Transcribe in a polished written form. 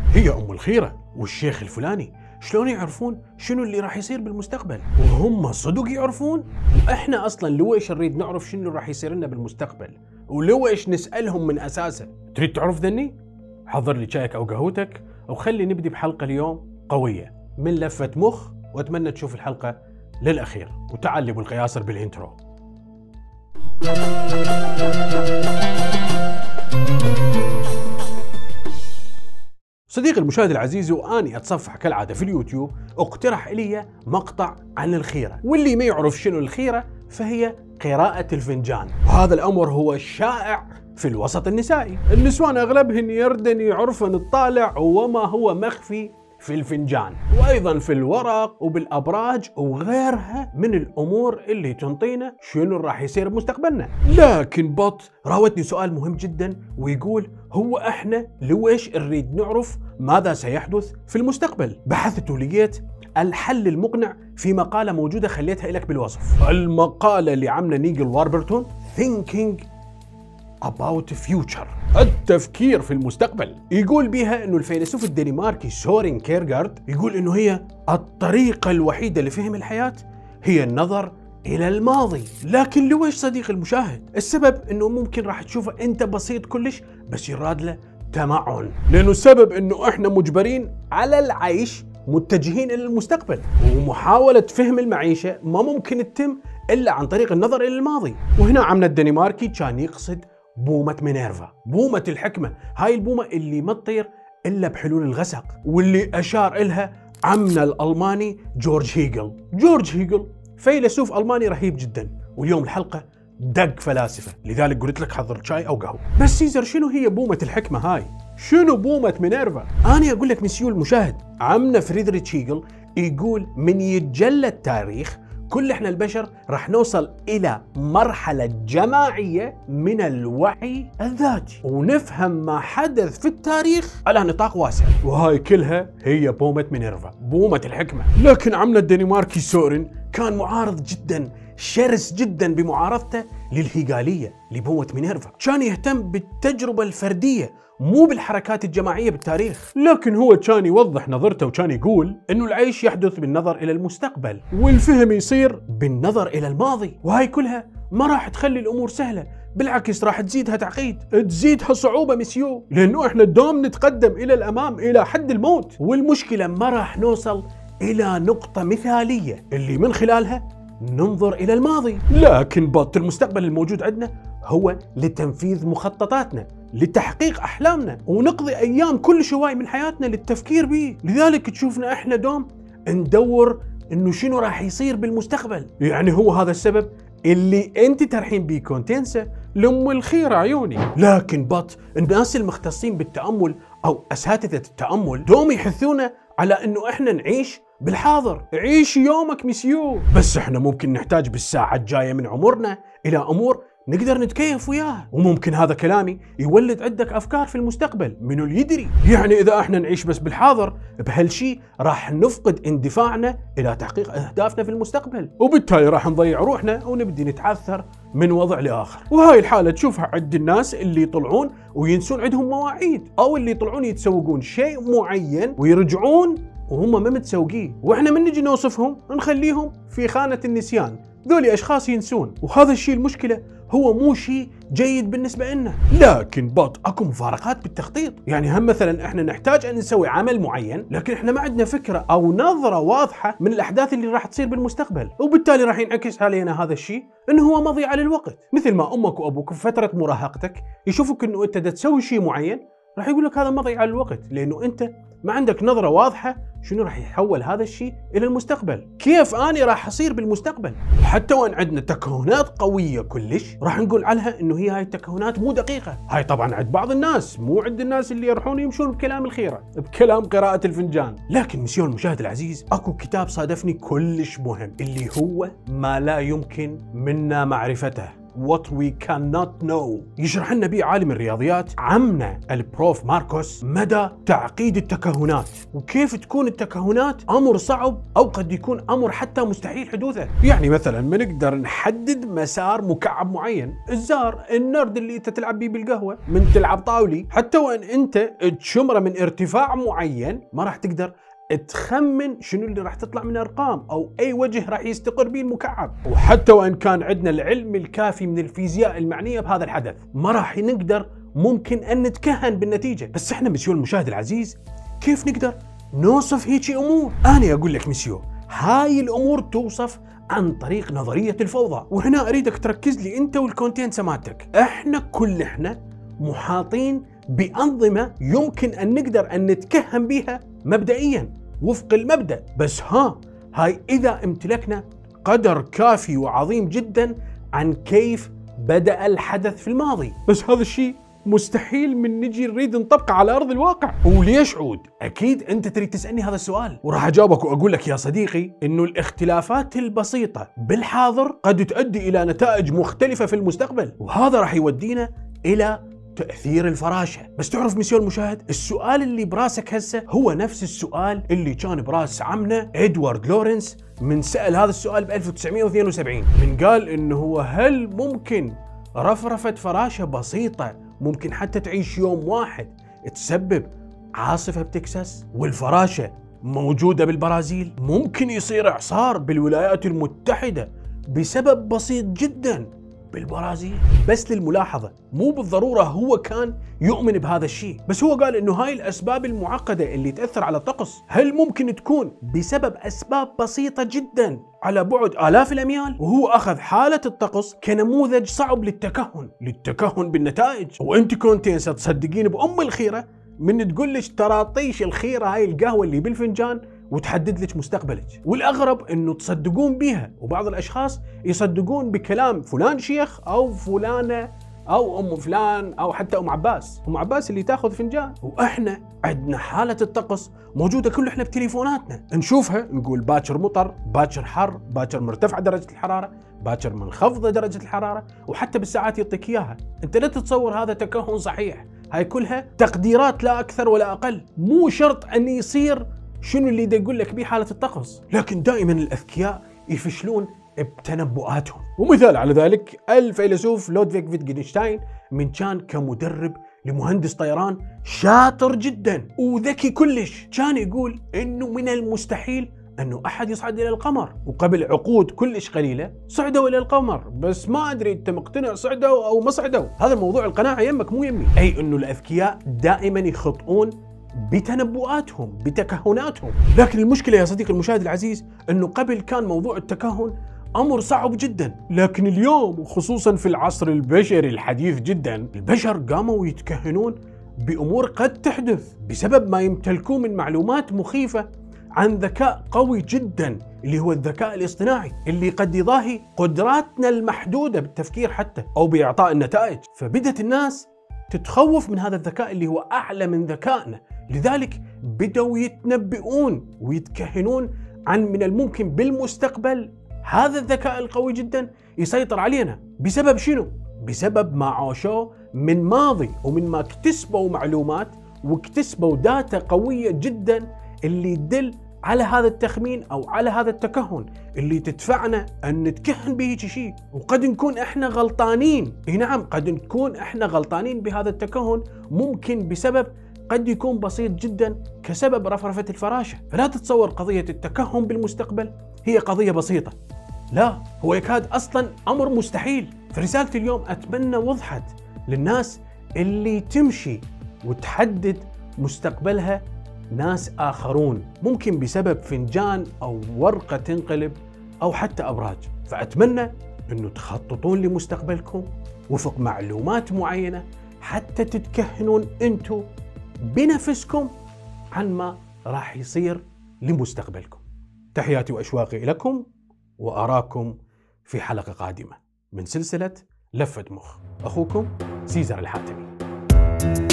هي ام الخيره والشيخ الفلاني شلون يعرفون شنو اللي راح يصير بالمستقبل؟ وهم صدق يعرفون؟ واحنا اصلا لويش نريد نعرف شنو راح يصير لنا بالمستقبل؟ ولويش نسالهم من اساسه؟ تريد تعرف ذني؟ حضر لي شايك او قهوتك وخلي نبدي بحلقه اليوم قويه من لفه مخ، واتمنى تشوف الحلقه للاخير. وتعال لي ابو القياصر بالانترو. صديقي المشاهد العزيز، واني اتصفح كالعاده في اليوتيوب، اقترح الي مقطع عن الخيره، واللي ما يعرف شنو الخيره فهي قراءة الفنجان، وهذا الامر هو شائع في الوسط النسائي. النسوان اغلبهن يردن يعرفن الطالع وما هو مخفي في الفنجان، وايضا في الورق وبالابراج وغيرها من الامور اللي تنطينا شنو راح يصير بمستقبلنا. لكن بط راودني سؤال مهم جدا، ويقول هو احنا لويش نريد نعرف ماذا سيحدث في المستقبل؟ بحثت ولقيت الحل المقنع في مقالة موجودة خليتها لك بالوصف. المقالة اللي عامله نيجل واربرتون Thinking about future، التفكير في المستقبل. يقول بها انه الفيلسوف الدنماركي سورين كيرغارد يقول انه هي الطريقة الوحيدة لفهم الحياة هي النظر الى الماضي. لكن لويش صديقي المشاهد؟ السبب انه ممكن راح تشوفه انت بسيط كلش، بس يراد له تمعن، لانه السبب انه احنا مجبرين على العيش متجهين الى المستقبل، ومحاولة فهم المعيشة ما ممكن تتم الا عن طريق النظر الى الماضي. وهنا عمنا الدنماركي كان يقصد بومة مينيرفا، بومة الحكمة، هاي البومة اللي ما تطير الا بحلول الغسق، واللي اشار الها عمنا الالماني جورج هيجل. جورج هيجل فيلسوف الماني رهيب جدا، واليوم الحلقة دق فلاسفة، لذلك قلت لك حضر شاي او قهوة. بس سيزر، شنو هي بومة الحكمة هاي؟ شنو بومة مينيرفا؟ أنا أقول لك مسيو المشاهد، عمنا فريدريتش هيجل يقول من يتجلى التاريخ كل احنا البشر راح نوصل إلى مرحلة جماعية من الوعي الذاتي، ونفهم ما حدث في التاريخ على نطاق واسع، وهاي كلها هي بومة مينيرفا، بومة الحكمة. لكن عمنا الدنماركي سورين كان معارض جدا، شرس جدا بمعارضته للهيجالية لبومة مينيرفا، كان يهتم بالتجربة الفردية مو بالحركات الجماعية بالتاريخ. لكن هو كان يوضح نظرته، وكان يقول انه العيش يحدث بالنظر الى المستقبل، والفهم يصير بالنظر الى الماضي. وهاي كلها ما راح تخلي الامور سهلة، بالعكس راح تزيدها تعقيد، تزيدها صعوبة مسيو، لانه احنا دوم نتقدم الى الامام الى حد الموت، والمشكلة ما راح نوصل الى نقطة مثالية اللي من خلالها ننظر إلى الماضي. لكن بط المستقبل الموجود عندنا هو لتنفيذ مخططاتنا، لتحقيق أحلامنا، ونقضي أيام كل شوي من حياتنا للتفكير به. لذلك تشوفنا إحنا دوم ندور إنه شنو راح يصير بالمستقبل. يعني هو هذا السبب اللي أنت ترحين بيه كونتنسا لأم الخير عيوني. لكن بط الناس المختصين بالتأمل أو أساتذة التأمل دوم يحثونا على إنه إحنا نعيش بالحاضر، عيش يومك مسيو. بس احنا ممكن نحتاج بالساعة الجاية من عمرنا إلى أمور نقدر نتكيف وياها، وممكن هذا كلامي يولد عندك أفكار في المستقبل، منو اللي يدري؟ يعني إذا احنا نعيش بس بالحاضر بهالشي راح نفقد اندفاعنا إلى تحقيق أهدافنا في المستقبل، وبالتالي راح نضيع روحنا ونبدي نتعثر من وضع لآخر. وهاي الحالة تشوفها عند الناس اللي يطلعون وينسون عندهم مواعيد، أو اللي يطلعون يتسوقون شيء معين ويرجعون وهم ما متسوقين، واحنا من نجي نوصفهم نخليهم في خانة النسيان. ذولي اشخاص ينسون، وهذا الشيء المشكلة هو مو شيء جيد بالنسبة لنا. لكن بط اكو مفارقات بالتخطيط، يعني هم مثلا احنا نحتاج ان نسوي عمل معين، لكن احنا ما عندنا فكرة او نظرة واضحة من الاحداث اللي راح تصير بالمستقبل، وبالتالي راح ينعكس علينا هذا الشيء انه هو مضيعة للوقت. مثل ما امك وابوك في فترة مراهقتك يشوفك انه انت تسوي شيء معين، راح يقول لك هذا مضيعة للوقت، لانه انت ما عندك نظرة واضحة شنو راح يحول هذا الشيء إلى المستقبل، كيف أنا راح أصير بالمستقبل. وحتى وإن عندنا تكهنات قوية كلش راح نقول عنها إنه هاي التكهنات مو دقيقة. هاي طبعا عند بعض الناس، مو عند الناس اللي يروحون يمشون بكلام الخيرة، بكلام قراءة الفنجان. لكن مسيو المشاهد العزيز، أكو كتاب صادفني كلش مهم، اللي هو ما لا يمكن منا معرفته، what we cannot know. يشرح لنا به عالم الرياضيات عمنا البروف ماركوس مدى تعقيد التكهنات، وكيف تكون التكهنات أمر صعب أو قد يكون أمر حتى مستحيل حدوثه. يعني مثلا ما نقدر نحدد مسار مكعب معين، الزار النرد اللي انت تلعب بيه بالقهوة من تلعب طاولي، حتى وان انت تشمره من ارتفاع معين ما راح تقدر تخمن شنو اللي راح تطلع من ارقام او اي وجه راح يستقر به المكعب. وحتى وان كان عندنا العلم الكافي من الفيزياء المعنيه بهذا الحدث ما راح نقدر ممكن ان نتكهن بالنتيجه. بس احنا مسيو المشاهد العزيز كيف نقدر نوصف هيجي امور؟ انا اقول لك مسيو هاي الامور توصف عن طريق نظريه الفوضى. وهنا اريدك تركز لي انت والكونتنت مالتك. احنا محاطين بانظمه يمكن ان نقدر ان نتكهن بها مبدئيا وفق المبدأ، بس هاي إذا امتلكنا قدر كافي وعظيم جدا عن كيف بدأ الحدث في الماضي. بس هذا الشيء مستحيل من نجي نريد نطبقه على أرض الواقع. وليش عود؟ أكيد أنت تريد تسألني هذا السؤال، وراح أجاوبك وأقول لك يا صديقي إنه الاختلافات البسيطة بالحاضر قد تؤدي إلى نتائج مختلفة في المستقبل، وهذا راح يودينا إلى تأثير الفراشة. بس تعرف مسيو المشاهد، السؤال اللي براسك هسه هو نفس السؤال اللي كان براس عمنا إدوارد لورنس من سأل هذا السؤال ب 1972. من قال إنه هو هل ممكن رفرفة فراشة بسيطة ممكن حتى تعيش يوم واحد تسبب عاصفة بتكساس؟ والفراشة موجودة بالبرازيل. ممكن يصير إعصار بالولايات المتحدة بسبب بسيط جدا بالبرازيل. بس للملاحظة مو بالضرورة هو كان يؤمن بهذا الشيء، بس هو قال انه هاي الاسباب المعقدة اللي تأثر على الطقس هل ممكن تكون بسبب اسباب بسيطة جدا على بعد آلاف الاميال. وهو اخذ حالة الطقس كنموذج صعب للتكهن بالنتائج. وانت كنتين تصدقين بأم الخيرة من تقول لك تراطيش الخيرة هاي القهوة اللي بالفنجان وتحدد لك مستقبلك. والأغرب أنه تصدقون بها، وبعض الأشخاص يصدقون بكلام فلان شيخ أو فلانة أو أم فلان أو حتى أم عباس اللي تاخذ فنجان. وإحنا عندنا حالة الطقس موجودة كل إحنا بتليفوناتنا، نشوفها نقول باكر مطر، باكر حر، باكر مرتفعة درجة الحرارة، باكر منخفضة درجة الحرارة، وحتى بالساعات يعطيك إياها. أنت لا تتصور هذا تكهن صحيح، هاي كلها تقديرات لا أكثر ولا أقل. مو شرط أن يصير شنو اللي دا يقول لك به حالة الطقس، لكن دائما الأذكياء يفشلون بتنبؤاتهم. ومثال على ذلك الفيلسوف لودفيغ فيتجنشتاين، من كان كمدرب لمهندس طيران شاطر جدا وذكي كلش، كان يقول انه من المستحيل انه احد يصعد الى القمر، وقبل عقود كلش قليله صعدوا الى القمر. بس ما ادري انت مقتنع صعدوا او ما صعدوا، هذا الموضوع القناعه يمك مو يمي. اي انه الاذكياء دائما يخطئون بتنبؤاتهم بتكهناتهم. لكن المشكله يا صديقي المشاهد العزيز انه قبل كان موضوع التكهن امر صعب جدا، لكن اليوم وخصوصا في العصر البشري الحديث جدا البشر قاموا يتكهنون بامور قد تحدث بسبب ما يمتلكوه من معلومات مخيفه عن ذكاء قوي جدا اللي هو الذكاء الاصطناعي، اللي قد يضاهي قدراتنا المحدوده بالتفكير حتى او باعطاء النتائج. فبدت الناس تتخوف من هذا الذكاء اللي هو اعلى من ذكائنا، لذلك بدأوا يتنبؤون ويتكهنون عن من الممكن بالمستقبل هذا الذكاء القوي جدا يسيطر علينا. بسبب شنو؟ بسبب ما عاشوه من ماضي، ومن ما اكتسبوا معلومات واكتسبوا داتا قوية جدا اللي تدل على هذا التخمين او على هذا التكهن اللي تدفعنا ان نتكهن به شيء. وقد نكون احنا غلطانين، اي نعم قد نكون احنا غلطانين بهذا التكهن، ممكن بسبب قد يكون بسيط جدا كسبب رفرفة الفراشة. فلا تتصور قضية التكهن بالمستقبل هي قضية بسيطة، لا، هو يكاد اصلا امر مستحيل. فرسالتي اليوم اتمنى وضحت للناس اللي تمشي وتحدد مستقبلها ناس آخرون، ممكن بسبب فنجان أو ورقة تنقلب أو حتى أبراج. فأتمنى أنه تخططون لمستقبلكم وفق معلومات معينة حتى تتكهنون أنتم بنفسكم عن ما راح يصير لمستقبلكم. تحياتي وأشواقي لكم، وأراكم في حلقة قادمة من سلسلة لفة مخ. أخوكم سيزر الحاتمي.